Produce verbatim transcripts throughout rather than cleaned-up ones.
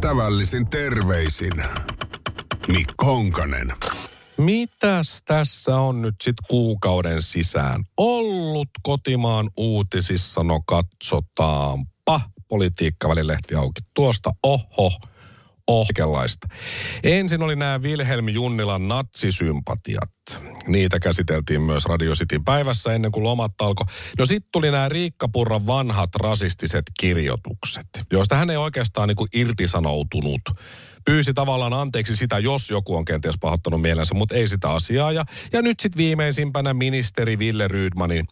Ystävällisin terveisin Mikko Honkanen. Mitäs tässä on nyt sit kuukauden sisään ollut kotimaan uutisissa? No katsotaanpa. Politiikka-välilehti auki tuosta. Oho, ohkelaista. Ensin oli nämä Vilhelm Junnilan natsisympatiat. Niitä käsiteltiin myös Radio Cityn päivässä ennen kuin lomat alkoi. No sitten tuli nämä Riikka Purran vanhat rasistiset kirjoitukset, joista hän ei oikeastaan niin kuin irtisanoutunut. Pyysi tavallaan anteeksi sitä, jos joku on kenties pahoittanut mielensä, mutta ei sitä asiaa. Ja, ja nyt sitten viimeisimpänä ministeri Wille Rydmanin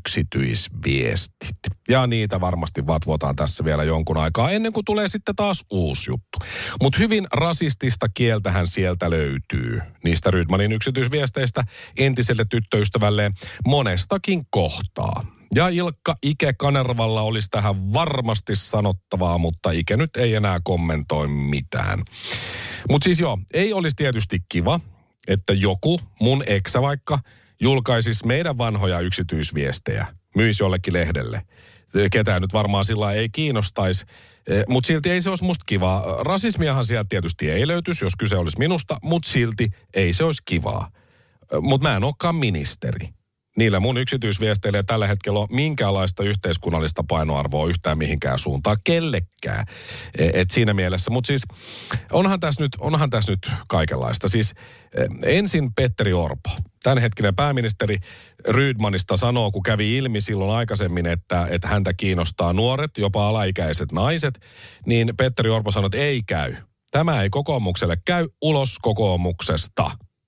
yksityisviestit. Ja niitä varmasti vatvotaan tässä vielä jonkun aikaa, ennen kuin tulee sitten taas uusi juttu. Mutta hyvin rasistista kieltähän sieltä löytyy niistä Rydmanin yksityisviesteistä entiselle tyttöystävälleen monestakin kohtaa. Ja Ilkka Ike Kanervalla olisi tähän varmasti sanottavaa, mutta Ike nyt ei enää kommentoi mitään. Mutta siis joo, ei olisi tietysti kiva, että joku, mun eksä vaikka, julkaisisi meidän vanhoja yksityisviestejä, myisi jollekin lehdelle. Ketään nyt varmaan sillä ei kiinnostaisi, mutta silti ei se olisi musta kivaa. Rasismiahan sieltä tietysti ei löytyisi, jos kyse olisi minusta, mutta silti ei se olisi kivaa. Mutta mä en olekaan ministeri. Niillä mun yksityisviesteillä ei tällä hetkellä ole minkäänlaista yhteiskunnallista painoarvoa yhtään mihinkään suuntaan kellekään. Et siinä mielessä, mutta siis onhan tässä, nyt, onhan tässä nyt kaikenlaista. Siis ensin Petteri Orpo, tämänhetkinen pääministeri Rydmanista sanoo, kun kävi ilmi silloin aikaisemmin, että, että häntä kiinnostaa nuoret, jopa alaikäiset naiset, niin Petteri Orpo sanoi, että ei käy. Tämä ei kokoomukselle käy, ulos kokoomuksesta.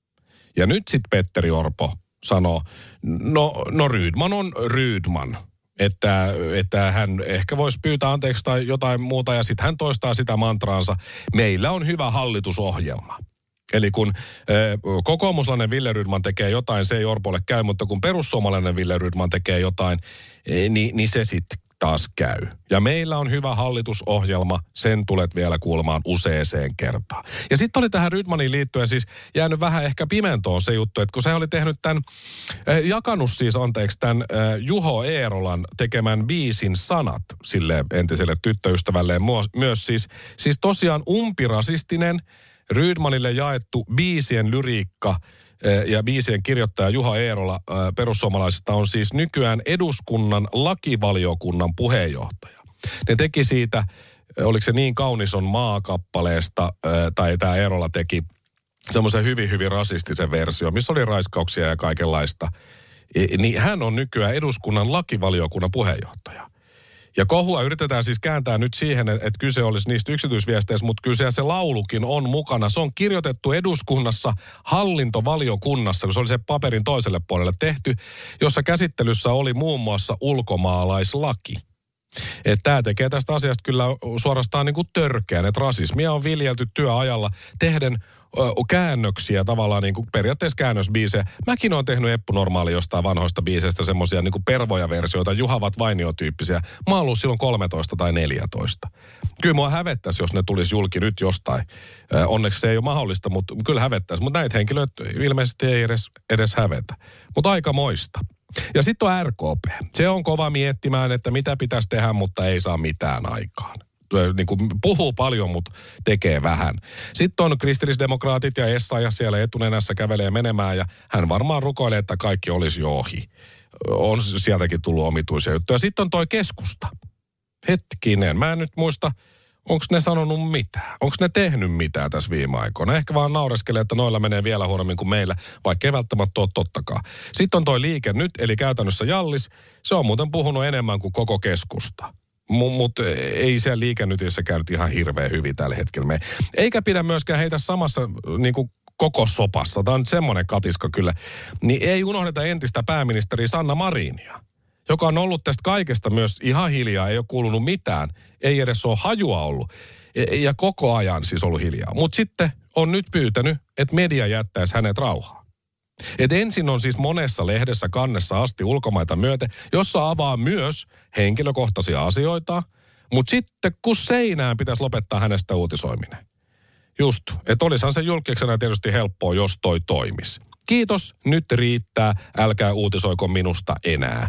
Ja nyt sitten Petteri Orpo sanoo, no, no Rydman on Rydman, että, että hän ehkä voisi pyytää anteeksi tai jotain muuta, ja sitten hän toistaa sitä mantraansa, meillä on hyvä hallitusohjelma. Eli kun eh, kokoomuslainen Wille Rydman tekee jotain, se ei Orpolle käy, mutta kun perussuomalainen Wille Rydman tekee jotain, eh, niin, niin se sitten taas käy. Ja meillä on hyvä hallitusohjelma, sen tulet vielä kuulemaan useeseen kertaan. Ja sitten oli tähän Rydmanin liittyen siis jäänyt vähän ehkä pimentoon se juttu, että kun se oli tehnyt tämän, eh, jakanut siis anteeksi tämän eh, Juho Eerolan tekemän biisin sanat sille entiselle tyttöystävälleen myös siis, siis tosiaan umpirasistinen Rydmanille jaettu biisien lyriikka ja biisien kirjoittaja Juha Eerola perussuomalaisista on siis nykyään eduskunnan lakivaliokunnan puheenjohtaja. Ne teki siitä, oliko se Niin kaunis on maakappaleesta, tai tämä Eerola teki semmoisen hyvin, hyvin rasistisen versio, missä oli raiskauksia ja kaikenlaista. Niin hän on nykyään eduskunnan lakivaliokunnan puheenjohtaja. Ja kohua yritetään siis kääntää nyt siihen, että kyse olisi niistä yksityisviesteistä, mutta kyllä se laulukin on mukana. Se on kirjoitettu eduskunnassa hallintovaliokunnassa, kun se oli se paperin toiselle puolelle tehty, jossa käsittelyssä oli muun muassa ulkomaalaislaki. Että tämä tekee tästä asiasta kyllä suorastaan niin kuin törkeän, että rasismia on viljelty työajalla tehden käännöksiä tavallaan niin kuin periaatteessa käännösbiisejä. Mäkin olen tehnyt Eppu Normaali jostain vanhoista biiseistä semmoisia niin kuin pervoja versioita, Juhavat Vainio-tyyppisiä. Mä oon ollut silloin kolmetoista tai neljätoista. Kyllä mua hävettäisi, jos ne tulisi julki nyt jostain. Onneksi se ei ole mahdollista, mutta kyllä hävettäisi. Mutta näitä henkilöitä ilmeisesti ei edes, edes hävetä. Mutta aika moista. Ja sitten on R K P. Se on kova miettimään, että mitä pitäisi tehdä, mutta ei saa mitään aikaan. Niin kuin puhuu paljon, mutta tekee vähän. Sitten on kristillisdemokraatit ja Essayah siellä etunenässä kävelee menemään ja hän varmaan rukoilee, että kaikki olisi jo ohi. On sieltäkin tullut omituisia juttuja. Sitten on toi keskusta. Hetkinen, mä en nyt muista, onko ne sanonut mitään? Onko ne tehnyt mitään tässä viime aikoina? Ehkä vaan naureskelee, että noilla menee vielä huonommin kuin meillä, vaikka ei välttämättä ole tottakaan. Sitten on toi Liike Nyt, eli käytännössä Jallis. Se on muuten puhunut enemmän kuin koko keskusta. Mutta ei siellä Liike Nytissä käynyt ihan hirveän hyvin tällä hetkellä. Me, eikä pidä myöskään heitä samassa niin kuin koko sopassa. Tämä on nyt semmoinen katiska kyllä. Niin ei unohdeta entistä pääministeriä Sanna Marinia, joka on ollut tästä kaikesta myös ihan hiljaa. Ei ole kuulunut mitään. Ei edes ole hajua ollut. Ja koko ajan siis ollut hiljaa. Mutta sitten on nyt pyytänyt, että media jättäisi hänet rauhaan. Et ensin on siis monessa lehdessä kannessa asti ulkomaita myöten, jossa avaa myös henkilökohtaisia asioita, mutta sitten kun seinään pitäisi lopettaa hänestä uutisoiminen. Just, että olisihan se julkiksena tietysti helppoa, jos toi toimisi. Kiitos, nyt riittää, älkää uutisoiko minusta enää.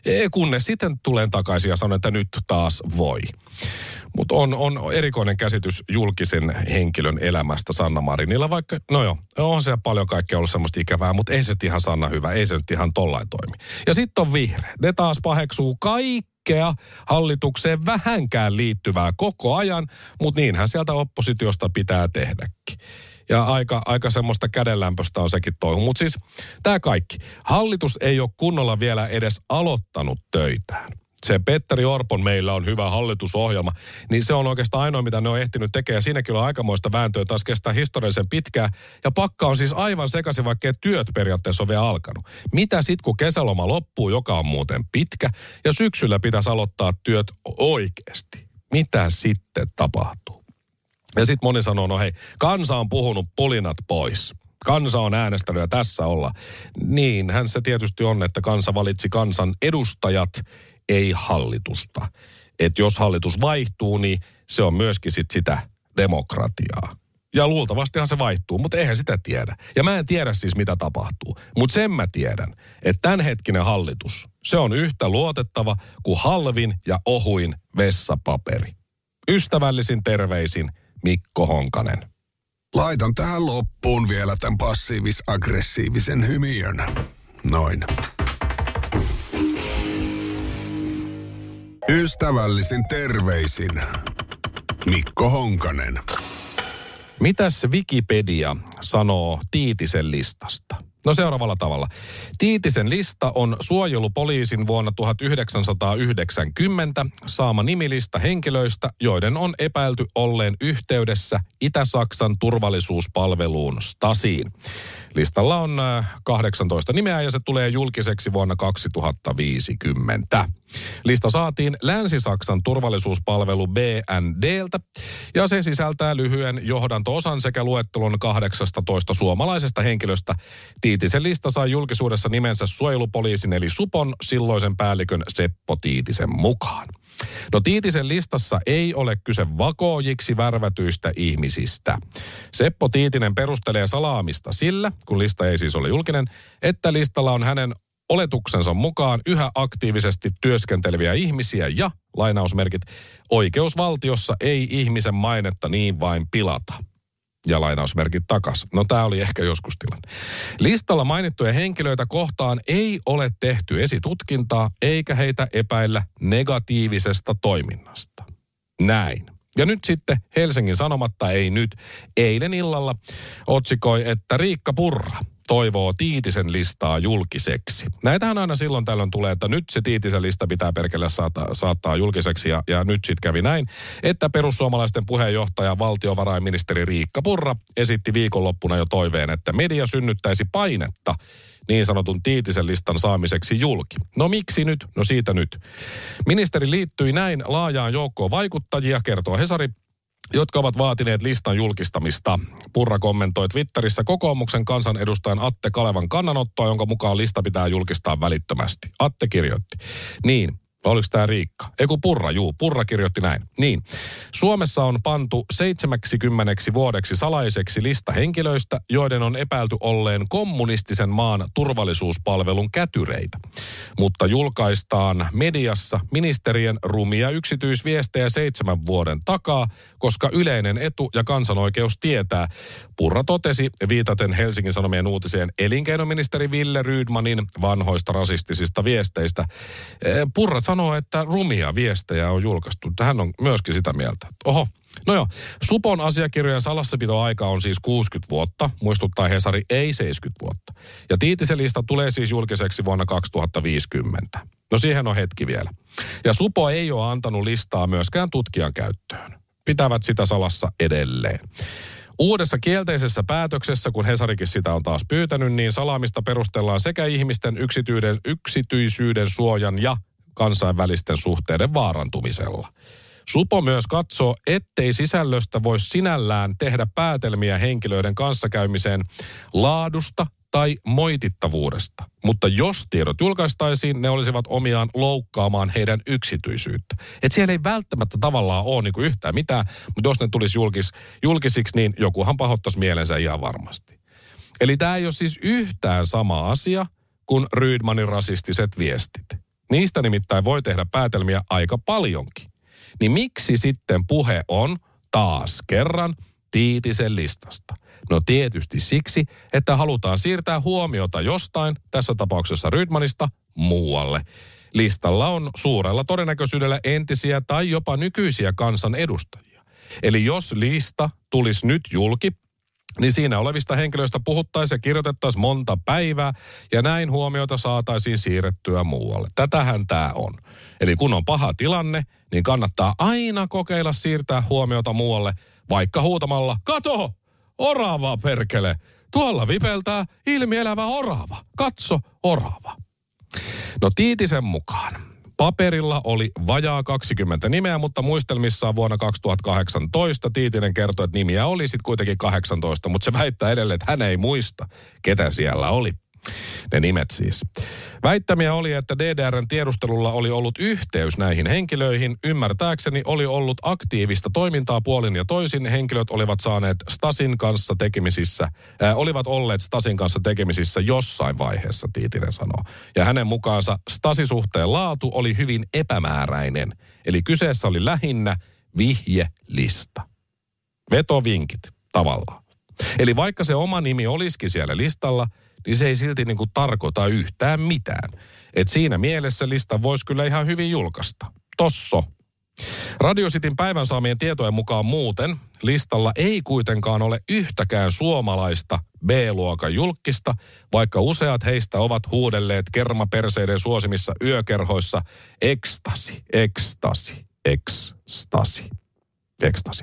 Kunnes sitten tulen takaisin ja sanon, että nyt taas voi. Mutta on, on erikoinen käsitys julkisen henkilön elämästä Sanna Marinilla, vaikka, no joo, on se paljon kaikkea ollut semmoista ikävää, mutta ei se nyt ihan Sanna hyvä, ei se nyt ihan tollain toimi. Ja sitten on vihreät, ne taas paheksuu kaikkea hallitukseen vähänkään liittyvää koko ajan, mutta niinhän sieltä oppositiosta pitää tehdäkin. Ja aika, aika semmoista kädenlämpöstä on sekin toihu. Mutta siis tämä kaikki. Hallitus ei ole kunnolla vielä edes aloittanut töitään. Se Petteri Orpon meillä on hyvä hallitusohjelma, niin se on oikeastaan ainoa, mitä ne on ehtinyt tekemään. Siinäkin on aikamoista vääntöä, taas kestää historiallisen pitkään. Ja pakka on siis aivan sekaisin, vaikka työt periaatteessa on vielä alkanut. Mitä sitten, kun kesäloma loppuu, joka on muuten pitkä, ja syksyllä pitäisi aloittaa työt oikeasti? Mitä sitten tapahtuu? Ja sitten moni sanoo, no hei, kansa on puhunut pulinat pois. Kansa on äänestänyt ja tässä olla. Niinhän se tietysti on, että kansa valitsi kansan edustajat, ei hallitusta. Että jos hallitus vaihtuu, niin se on myöskin sit sitä demokratiaa. Ja luultavastihan se vaihtuu, mutta eihän sitä tiedä. Ja mä en tiedä siis, mitä tapahtuu. Mutta sen mä tiedän, että tämänhetkinen hallitus, se on yhtä luotettava kuin halvin ja ohuin vessapaperi. Ystävällisin terveisin Mikko Honkanen. Laitan tähän loppuun vielä tämän passiivis-aggressiivisen hymiön. Noin. Ystävällisin terveisin Mikko Honkanen. Mitäs Wikipedia sanoo Tiitisen listasta? No seuraavalla tavalla. Tiitisen lista on suojelupoliisin vuonna tuhatyhdeksänsataayhdeksänkymmentä saama nimilista henkilöistä, joiden on epäilty olleen yhteydessä Itä-Saksan turvallisuuspalveluun Stasiin. Listalla on kahdeksantoista nimeä ja se tulee julkiseksi vuonna kaksituhattaviisikymmentä. Lista saatiin Länsi-Saksan turvallisuuspalvelu B N D:ltä ja se sisältää lyhyen johdanto-osan sekä luettelon kahdeksastatoista suomalaisesta henkilöstä. Tiitisen lista sai julkisuudessa nimensä suojelupoliisin eli Supon silloisen päällikön Seppo Tiitisen mukaan. No Tiitisen listassa ei ole kyse vakoojiksi värvätyistä ihmisistä. Seppo Tiitinen perustelee salaamista sillä, kun lista ei siis ole julkinen, että listalla on hänen oletuksensa mukaan yhä aktiivisesti työskenteleviä ihmisiä ja, lainausmerkit, oikeusvaltiossa ei ihmisen mainetta niin vain pilata. Ja lainausmerkit takas. No tämä oli ehkä joskus tilanne. Listalla mainittuja henkilöitä kohtaan ei ole tehty esitutkintaa eikä heitä epäillä negatiivisesta toiminnasta. Näin. Ja nyt sitten Helsingin Sanomatta ei nyt eilen illalla otsikoi, että Riikka Purra toivoo Tiitisen listaa julkiseksi. Näitähän aina silloin tällöin tulee, että nyt se Tiitisen lista pitää perkele saattaa, saattaa julkiseksi. Ja, ja nyt sitten kävi näin, että perussuomalaisten puheenjohtaja valtiovarainministeri Riikka Purra esitti viikonloppuna jo toiveen, että media synnyttäisi painetta niin sanotun Tiitisen listan saamiseksi julki. No miksi nyt? No siitä nyt. Ministeri liittyi näin laajaan joukkoon vaikuttajia, kertoo Hesari, jotka ovat vaatineet listan julkistamista. Purra kommentoi Twitterissä kokoomuksen kansanedustajan Atte Kalevan kannanottoa, jonka mukaan lista pitää julkistaa välittömästi. Atte kirjoitti. Niin. Oliko tämä Riikka? Eiku Purra, juu. Purra kirjoitti näin. Niin. Suomessa on pantu seitsemänkymmentä vuodeksi salaiseksi lista henkilöistä, joiden on epäilty olleen kommunistisen maan turvallisuuspalvelun kätyreitä. Mutta julkaistaan mediassa ministerien rumia yksityisviestejä seitsemän vuoden takaa, koska yleinen etu ja kansanoikeus tietää. Purra totesi viitaten Helsingin Sanomien uutiseen elinkeinoministeri Ville Rydmanin vanhoista rasistisista viesteistä. Purra sanoo, että rumia viestejä on julkaistu. Hän on myöskin sitä mieltä. Oho. No joo, Supon asiakirjojen salassapitoaika on siis kuusikymmentä vuotta, muistuttaa Hesari, ei seitsemänkymmentä vuotta. Ja Tiitisen lista tulee siis julkiseksi vuonna kaksituhattaviisikymmentä. No siihen on hetki vielä. Ja Supo ei ole antanut listaa myöskään tutkijan käyttöön. Pitävät sitä salassa edelleen. Uudessa kielteisessä päätöksessä, kun Hesarikin sitä on taas pyytänyt, niin salaamista perustellaan sekä ihmisten yksityiden, yksityisyyden suojan ja kansainvälisten suhteiden vaarantumisella. Supo myös katsoo, ettei sisällöstä voi sinällään tehdä päätelmiä henkilöiden kanssakäymiseen laadusta tai moitittavuudesta. Mutta jos tiedot julkaistaisiin, ne olisivat omiaan loukkaamaan heidän yksityisyyttä. Et siellä ei välttämättä tavallaan ole niinku yhtään mitään, mutta jos ne tulisi julkis, julkisiksi, niin jokuhan pahoittaisi mielensä ihan varmasti. Eli tämä ei ole siis yhtään sama asia kuin Rydmanin rasistiset viestit. Niistä nimittäin voi tehdä päätelmiä aika paljonkin. Niin miksi sitten puhe on taas kerran Tiitisen listasta? No tietysti siksi, että halutaan siirtää huomiota jostain, tässä tapauksessa Rydmanista, muualle. Listalla on suurella todennäköisyydellä entisiä tai jopa nykyisiä kansanedustajia. Eli jos lista tulisi nyt julki, niin siinä olevista henkilöistä puhuttaisiin ja kirjoitettaisiin monta päivää, ja näin huomiota saataisiin siirrettyä muualle. Tätähän tämä on. Eli kun on paha tilanne, niin kannattaa aina kokeilla siirtää huomiota muualle, vaikka huutamalla, kato, orava perkele, tuolla vipeltää ilmielävä orava, katso orava. No Tiitisen mukaan paperilla oli vajaa kaksikymmentä nimeä, mutta muistelmissaan vuonna kaksituhattakahdeksantoista Tiitinen kertoi, että nimiä oli sitten kuitenkin kahdeksantoista, mutta se väittää edelleen, että hän ei muista, ketä siellä oli. Ne nimet siis. Väittämiä oli, että D D R:n tiedustelulla oli ollut yhteys näihin henkilöihin. Ymmärtääkseni oli ollut aktiivista toimintaa puolin ja toisin. Henkilöt olivat saaneet Stasin kanssa tekemisissä, äh, olivat olleet Stasin kanssa tekemisissä jossain vaiheessa, Tiitinen sanoo. Ja hänen mukaansa Stasi-suhteen laatu oli hyvin epämääräinen. Eli kyseessä oli lähinnä vihjelista. Vetovinkit tavallaan. Eli vaikka se oma nimi olisikin siellä listalla, niin se ei silti niin kuin tarkoita yhtään mitään. Et siinä mielessä lista voisi kyllä ihan hyvin julkaista. Tosso. Radio Cityn päivän saamien tietojen mukaan muuten listalla ei kuitenkaan ole yhtäkään suomalaista B-luokan julkkista, vaikka useat heistä ovat huudelleet kermaperseiden suosimissa yökerhoissa ekstasi, ekstasi, ekstasi, ekstasi.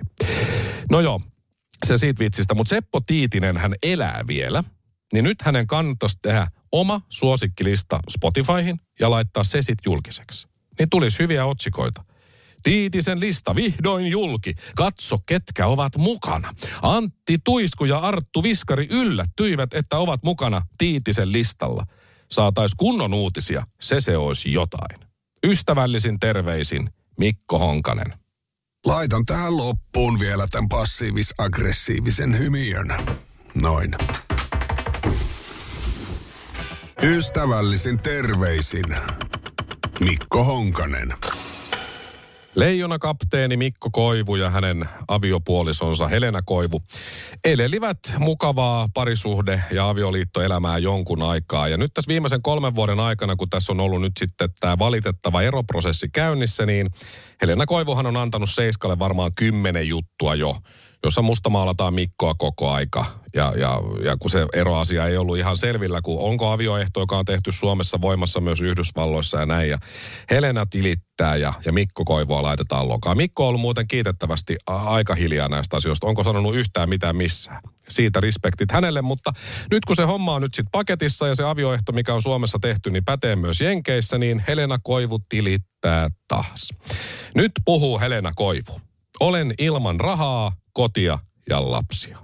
No joo, se siitä vitsistä, mutta Seppo Tiitinen hän elää vielä. Niin nyt hänen kannattaisi tehdä oma suosikkilista Spotifyhin ja laittaa se sitten julkiseksi. Niin tulisi hyviä otsikoita. Tiitisen lista vihdoin julki. Katso, ketkä ovat mukana. Antti Tuisku ja Arttu Viskari yllättyivät, että ovat mukana Tiitisen listalla. Saatais kunnon uutisia, se se olisi jotain. Ystävällisin terveisin Mikko Honkanen. Laitan tähän loppuun vielä tämän passiivis-aggressiivisen hymiön. Noin. Ystävällisin terveisin Mikko Honkanen. Leijona-kapteeni Mikko Koivu ja hänen aviopuolisonsa Helena Koivu elelivät mukavaa parisuhde- ja avioliittoelämää jonkun aikaa. Ja nyt tässä viimeisen kolmen vuoden aikana, kun tässä on ollut nyt sitten tämä valitettava eroprosessi käynnissä, niin Helena Koivuhan on antanut Seiskalle varmaan kymmenen juttua jo, jossa mustamaalataan Mikkoa koko aika. Ja, ja, ja kun se eroasia ei ollut ihan selvillä, kun onko avioehto, joka on tehty Suomessa voimassa myös Yhdysvalloissa ja näin. Ja Helena tilittää ja, ja Mikko Koivua laitetaan lokaan. Mikko on ollut muuten kiitettävästi aika hiljaa näistä asioista. Onko sanonut yhtään mitään missään? Siitä respektit hänelle, mutta nyt kun se homma on nyt sitten paketissa ja se avioehto, mikä on Suomessa tehty, niin pätee myös Jenkeissä, niin Helena Koivu tilittää taas. Nyt puhuu Helena Koivu. Olen ilman rahaa, kotia ja lapsia.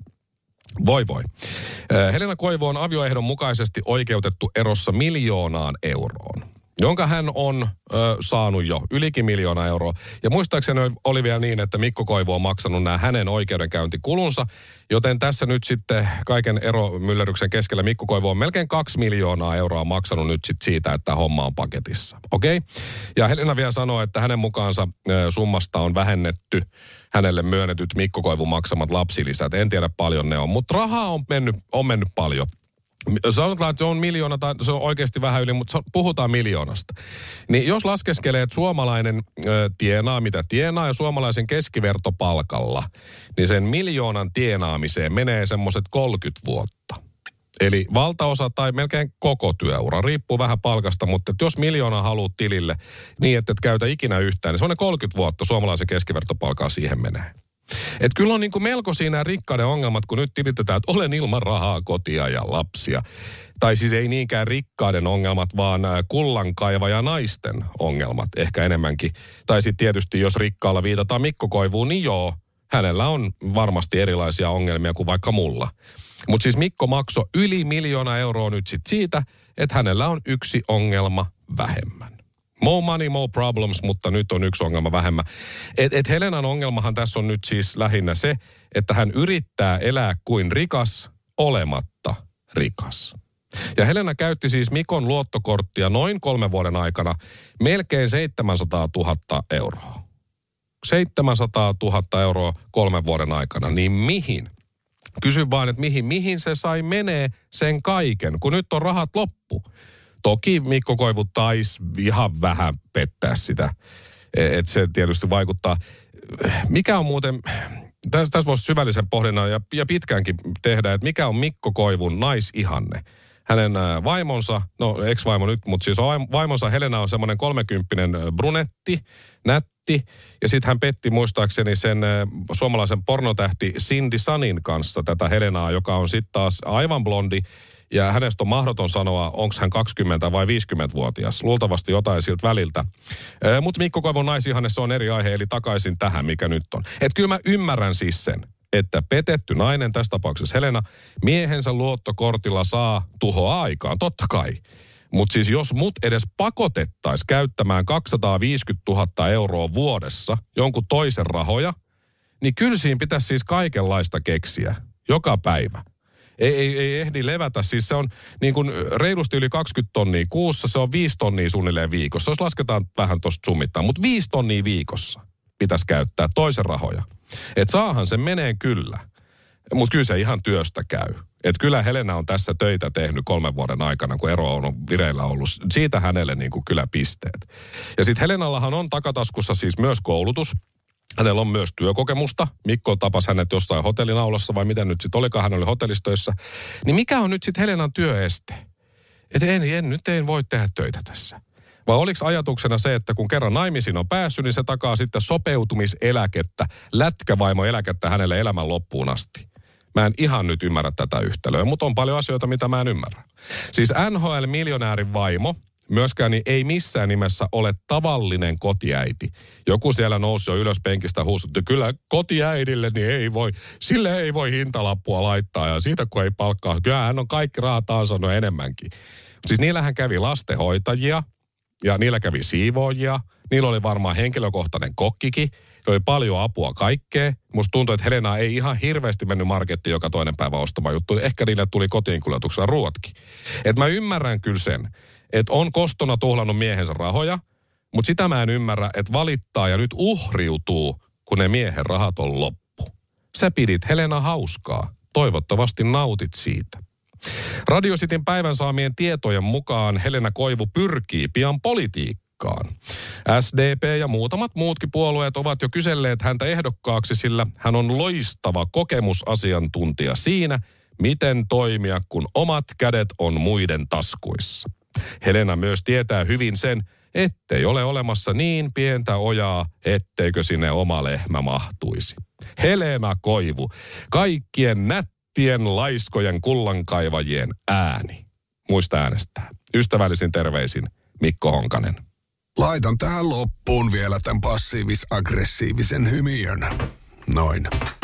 Voi voi. Helena Koivu on avioehdon mukaisesti oikeutettu erossa miljoonaan euroon, jonka hän on ö, saanut jo ylikin miljoona euroa. Ja muistaakseni oli vielä niin, että Mikko Koivu on maksanut nämä hänen oikeudenkäyntikulunsa, joten tässä nyt sitten kaiken eromyllerryksen keskellä Mikko Koivu on melkein kaksi miljoonaa euroa maksanut nyt sitten siitä, että homma on paketissa. Okei? Okay? Ja Helena vielä sanoo, että hänen mukaansa ö, summasta on vähennetty hänelle myönnetyt Mikko Koivun maksamat lapsilisät. En tiedä paljon ne on, mutta rahaa on mennyt, on mennyt paljon. Sanotaan, että se on miljoona, tai se on oikeasti vähän yli, mutta puhutaan miljoonasta. Niin jos laskeskelee, että suomalainen ö, tienaa mitä tienaa ja suomalaisen keskivertopalkalla, niin sen miljoonan tienaamiseen menee semmoiset kolmekymmentä vuotta. Eli valtaosa tai melkein koko työura, riippuu vähän palkasta, mutta jos miljoona haluat tilille niin, että et käytä ikinä yhtään, niin semmoinen kolmekymmentä vuotta suomalaisen keskivertopalkaa siihen menee. Et kyllä on niin kuin melko siinä rikkaiden ongelmat, kun nyt tilitetään, että olen ilman rahaa, kotia ja lapsia. Tai siis ei niinkään rikkaiden ongelmat, vaan kullankaivaja naisten ongelmat ehkä enemmänkin. Tai sitten tietysti, jos rikkaalla viitataan Mikko Koivuun, niin joo, hänellä on varmasti erilaisia ongelmia kuin vaikka mulla. Mutta siis Mikko maksoi yli miljoona euroa nyt sit siitä, että hänellä on yksi ongelma vähemmän. More money, more problems, mutta nyt on yksi ongelma vähemmän. Et, et Helenan ongelmahan tässä on nyt siis lähinnä se, että hän yrittää elää kuin rikas olematta rikas. Ja Helena käytti siis Mikon luottokorttia noin kolmen vuoden aikana melkein seitsemänsataatuhatta euroa. seitsemänsataatuhatta euroa kolmen vuoden aikana, niin mihin? Kysyn vaan, että mihin, mihin se sai menee sen kaiken, kun nyt on rahat loppu. Toki Mikko Koivu taisi ihan vähän pettää sitä, että se tietysti vaikuttaa. Mikä on muuten, tässä, tässä voisi syvällisen pohdinnan ja, ja pitkäänkin tehdä, että mikä on Mikko Koivun naisihanne? Hänen vaimonsa, no ex-vaimo nyt, mutta siis vaimonsa Helena on semmoinen kolmekymppinen brunetti, nätti. Ja sitten hän petti muistaakseni sen suomalaisen pornotähti Cindy Sunin kanssa tätä Helenaa, joka on sitten taas aivan blondi. Ja hänestä on mahdoton sanoa, onko hän kaksikymmentä- vai viisikymmentävuotias. Luultavasti jotain siltä väliltä. Mutta Mikko Koivun naisihanne, se on eri aihe, eli takaisin tähän, mikä nyt on. Että kyllä mä ymmärrän siis sen, että petetty nainen, tässä tapauksessa Helena, miehensä luottokortilla saa tuhoa aikaan, totta kai. Mutta siis jos mut edes pakotettaisiin käyttämään kaksisataaviisikymmentätuhatta euroa vuodessa jonkun toisen rahoja, niin kyllä siinä pitäisi siis kaikenlaista keksiä joka päivä. Ei, ei, ei ehdi levätä, siis se on niin kuin reilusti yli kaksikymmentä tonnia kuussa, se on viisi tonnia suunnilleen viikossa. Jos lasketaan vähän tuosta summittaa, mutta viisi tonnia viikossa pitäisi käyttää toisen rahoja. Että saahan se menee kyllä, mutta kyllä se ihan työstä käy. Että kyllä Helena on tässä töitä tehnyt kolmen vuoden aikana, kun ero on vireillä ollut. Siitä hänelle niin kuin kyllä pisteet. Ja sitten Helenallahan on takataskussa siis myös koulutus. Hänellä on myös työkokemusta. Mikko tapasi hänet jossain hotellinaulassa, vai mitä nyt sitten olikaan, hän oli hotellistöissä. Niin mikä on nyt sitten Helenan työeste? Että en, en, nyt ei voi tehdä töitä tässä. Vai oliko ajatuksena se, että kun kerran naimisiin on päässyt, niin se takaa sitten sopeutumiseläkettä, lätkävaimoeläkettä hänelle elämän loppuun asti. Mä en ihan nyt ymmärrä tätä yhtälöä, mutta on paljon asioita, mitä mä en ymmärrä. Siis N H L-miljonäärin vaimo myöskään niin ei missään nimessä ole tavallinen kotiäiti. Joku siellä nousi jo ylös penkistä huusutti, kyllä kotiäidille niin ei voi, sille ei voi hintalappua laittaa ja siitä kun ei palkkaa, kyllä hän on kaikki rahat ansainnut enemmänkin. Siis niillähän kävi lastenhoitajia ja niillä kävi siivoojia, niillä oli varmaan henkilökohtainen kokkikin. Oli paljon apua kaikkea. Musta tuntuu, että Helena ei ihan hirveästi mennyt markettiin joka toinen päivä ostamaan juttuja. Ehkä niille tuli kotiinkuljetuksella ruotkin. Että mä ymmärrän kyllä sen, että on kostona tuhlannut miehensä rahoja, mutta sitä mä en ymmärrä, että valittaa ja nyt uhriutuu, kun ne miehen rahat on loppu. Sä pidit Helena hauskaa. Toivottavasti nautit siitä. Radio Cityn päivän saamien tietojen mukaan Helena Koivu pyrkii pian politiikkaan. S D P ja muutamat muutkin puolueet ovat jo kyselleet häntä ehdokkaaksi, sillä hän on loistava kokemusasiantuntija siinä, miten toimia, kun omat kädet on muiden taskuissa. Helena myös tietää hyvin sen, ettei ole olemassa niin pientä ojaa, etteikö sinne oma lehmä mahtuisi. Helena Koivu, kaikkien nättien laiskojen kullankaivajien ääni. Muista äänestää. Ystävällisin terveisin Mikko Honkanen. Laitan tähän loppuun vielä tämän passiivis-aggressiivisen hymiön. Noin.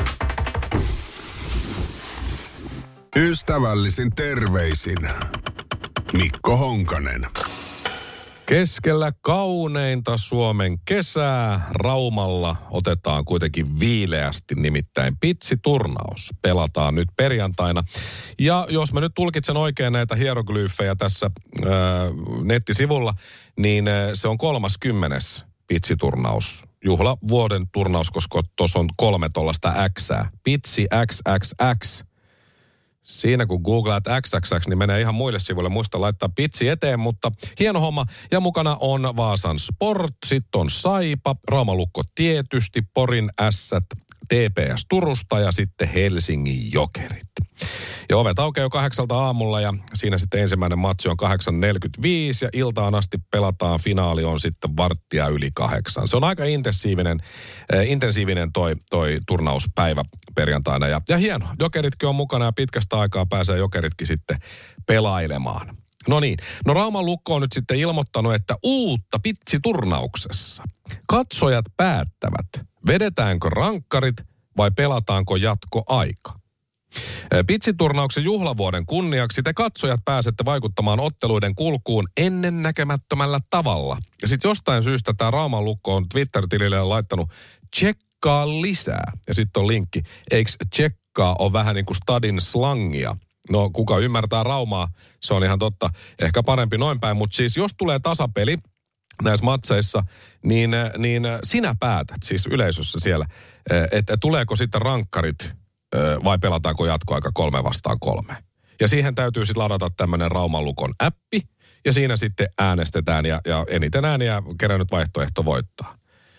Ystävällisin terveisin Mikko Honkanen. Keskellä kauneinta Suomen kesää Raumalla otetaan kuitenkin viileästi, nimittäin pitsiturnaus. Pelataan nyt perjantaina. Ja jos mä nyt tulkitsen oikein näitä hieroglyfejä tässä ää, nettisivulla, niin ää, se on kolmaskymmenes pitsiturnaus. Juhla vuoden turnaus, koska tuossa on kolme tollaista Xää. Pitsi X X X. Siinä kun googlaat X X X, niin menee ihan muille sivuille. Muista laittaa pitsi eteen, mutta hieno homma. Ja mukana on Vaasan Sport, sitten on Saipa, Raumalukko tietysti, Porin Ässät, T P S Turusta ja sitten Helsingin Jokerit. Ja ovet aukeaa jo kahdeksalta aamulla ja siinä sitten ensimmäinen matsi on kahdeksan neljäkymmentäviisi ja iltaan asti pelataan. Finaali on sitten varttia yli kahdeksan. Se on aika intensiivinen, äh, intensiivinen toi, toi turnauspäivä perjantaina ja, ja hieno. Jokeritkin on mukana ja pitkästä aikaa pääsee Jokeritkin sitten pelailemaan. No niin, no Rauman Lukko on nyt sitten ilmoittanut, että uutta pitsiturnauksessa katsojat päättävät, vedetäänkö rankkarit vai pelataanko jatkoaika. Pitsiturnauksen juhlavuoden kunniaksi te katsojat pääsette vaikuttamaan otteluiden kulkuun ennennäkemättömällä tavalla. Ja sitten jostain syystä tämä Rauman Lukko on Twitter-tilille laittanut tsekkaa lisää. Ja sitten on linkki, eikö tsekkaa on vähän niin kuin stadin slangia. No kuka ymmärtää Raumaa, se on ihan totta. Ehkä parempi noin päin, mutta siis jos tulee tasapeli näissä matseissa, niin, niin sinä päätät siis yleisössä siellä, että tuleeko sitten rankkarit vai pelataanko jatkoaika kolme vastaan kolme. Ja siihen täytyy sitten ladata tämmöinen Rauman Lukon appi ja siinä sitten äänestetään ja, ja eniten ääniä kerännyt vaihtoehto voittaa.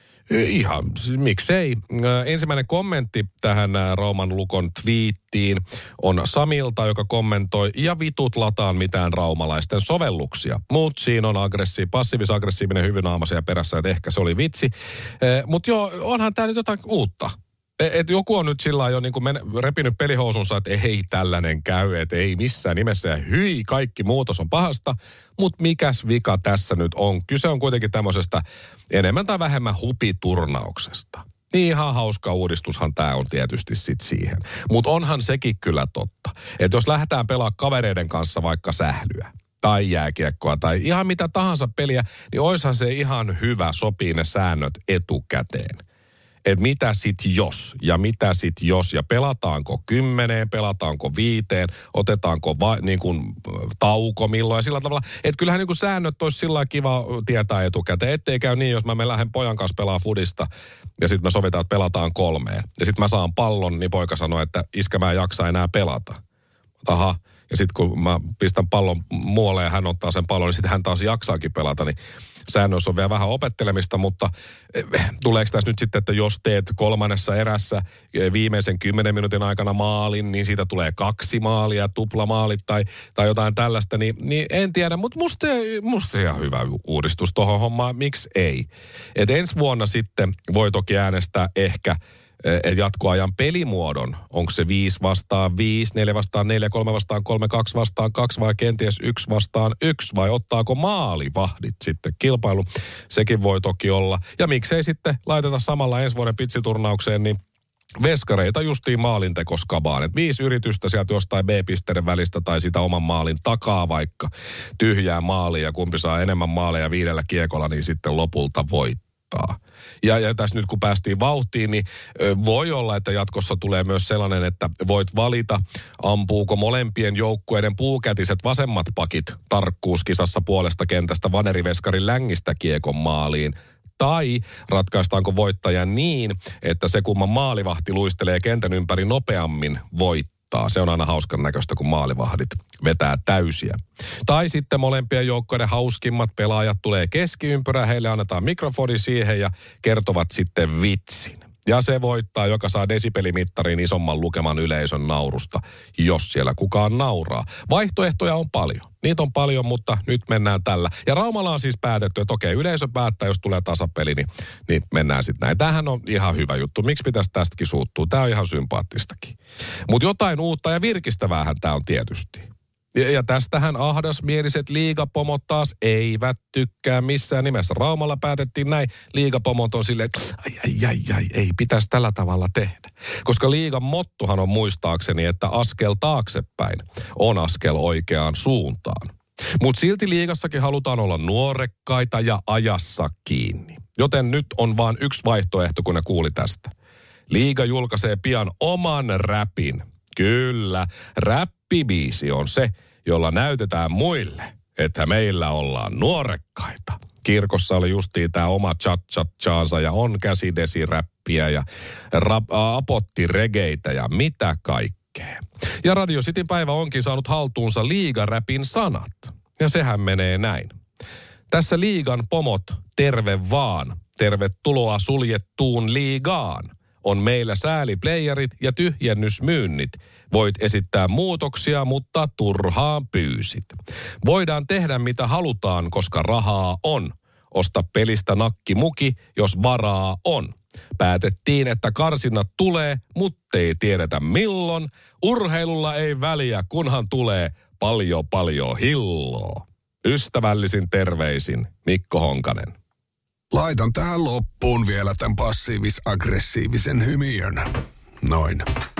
Ihan, siis miksei. Ensimmäinen kommentti tähän Rauman Lukon twiittiin on Samilta, joka kommentoi, ja vitut lataan mitään raumalaisten sovelluksia. Mut siinä on aggressi, passiivis-aggressiivinen hyvynaamaisia perässä, että ehkä se oli vitsi. Mutta joo, onhan tää nyt jotain uutta. Että joku on nyt sillä lailla jo niin kuin men, repinyt pelihousunsa, että ei tällainen käy, että ei missään nimessä ja hyi, kaikki muutos on pahasta. Mutta mikäs vika tässä nyt on? Kyse on kuitenkin tämmöisestä enemmän tai vähemmän hupiturnauksesta. Niin ihan hauska uudistushan tämä on tietysti sit siihen. Mutta onhan sekin kyllä totta, että jos lähdetään pelaa kavereiden kanssa vaikka sählyä tai jääkiekkoa tai ihan mitä tahansa peliä, niin oishan se ihan hyvä sopii ne säännöt etukäteen. Että mitä sit jos ja mitä sit jos ja pelataanko kymmeneen, pelataanko viiteen, otetaanko va, niin kuin, tauko milloin ja sillä tavalla. Että kyllähän niin kuin säännöt olisi sillä lailla kiva tietää etukäteen. Ettei käy niin, jos mä menen lähden pojan kanssa pelaa fudista ja sitten me sovitaan, että pelataan kolmeen. Ja sitten mä saan pallon, niin poika sanoo, että iskä mä en jaksa enää pelata. Aha. Ja sitten kun mä pistän pallon muualle ja hän ottaa sen pallon, niin sitten hän taas jaksaakin pelata. Niin säännöissä on vielä vähän opettelemista, mutta tuleeko tässä nyt sitten, että jos teet kolmannessa erässä viimeisen kymmenen minuutin aikana maalin, niin siitä tulee kaksi maalia, tuplamaalit tai, tai jotain tällaista, niin, niin en tiedä. Mutta musta, musta ihan hyvä uudistus tuohon hommaan, miksi ei? Et ensi vuonna sitten voi toki äänestää ehkä jatkoajan pelimuodon. Onko se viisi vastaan viisi, neljä vastaan neljä, kolme vastaan kolme, kaksi vastaan kaksi vai kenties yksi vastaan yksi vai ottaako maalivahdit sitten kilpailu? Sekin voi toki olla. Ja miksei sitten laiteta samalla ensi vuoden pitsiturnaukseen niin veskareita justiin maalintekoskabaan. Et viisi yritystä sieltä jostain B-pisteiden välistä tai sitä oman maalin takaa vaikka tyhjää maalia ja kumpi saa enemmän maaleja viidellä kiekolla, niin sitten lopulta voittaa. Ja, ja tässä nyt kun päästiin vauhtiin, niin voi olla, että jatkossa tulee myös sellainen, että voit valita, ampuuko molempien joukkueiden puukätiset vasemmat pakit tarkkuuskisassa puolesta kentästä vaneriveskarin längistä kiekon maaliin. Tai ratkaistaanko voittaja niin, että se kumman maalivahti luistelee kentän ympäri nopeammin voittaa. Se on aina hauskan näköistä, kun maalivahdit vetää täysiä. Tai sitten molempien joukkoiden hauskimmat pelaajat tulee keskiympyrään, heille annetaan mikrofoni siihen ja kertovat sitten vitsin. Ja se voittaa, joka saa desibelimittarin isomman lukeman yleisön naurusta, jos siellä kukaan nauraa. Vaihtoehtoja on paljon. Niitä on paljon, mutta nyt mennään tällä. Ja Raumalla on siis päätetty, että okei, yleisö päättää, jos tulee tasapeli, niin, niin mennään sitten näin. Tämähän on ihan hyvä juttu. Miksi pitäisi tästäkin suuttua? Tämä on ihan sympaattistakin. Mutta jotain uutta ja virkistäväähän tämä on tietysti. Ja, ja tästähän ahdasmieliset liigapomot taas eivät tykkää missään nimessä. Raumalla päätettiin näin. Liigapomot on silleen, että ai, ai, ai, ai, ei pitäisi tällä tavalla tehdä. Koska liigan mottohan on muistaakseni, että askel taaksepäin on askel oikeaan suuntaan. Mutta silti liigassakin halutaan olla nuorekkaita ja ajassa kiinni. Joten nyt on vaan yksi vaihtoehto, kun ne kuuli tästä. Liiga julkaisee pian oman räpin. Kyllä, räppibiisi on se, jolla näytetään muille, että meillä ollaan nuorekkaita. Kirkossa oli justiin tämä oma chat-chat-chaansa ja on käsidesiräppiä ja rap- apottiregeitä ja mitä kaikkea. Ja Radio Cityn päivä onkin saanut haltuunsa liigaräpin sanat. Ja sehän menee näin. Tässä liigan pomot, terve vaan, tervetuloa suljettuun liigaan. On meillä sääliplayerit ja tyhjennysmyynnit. Voit esittää muutoksia, mutta turhaan pyysit. Voidaan tehdä mitä halutaan, koska rahaa on. Osta pelistä nakki muki, jos varaa on. Päätettiin, että karsinnat tulee, mutta ei tiedetä milloin. Urheilulla ei väliä, kunhan tulee paljon paljon hilloa. Ystävällisin terveisin, Mikko Honkanen. Laitan tähän loppuun vielä tämän passiivis-aggressiivisen hymiön. Noin.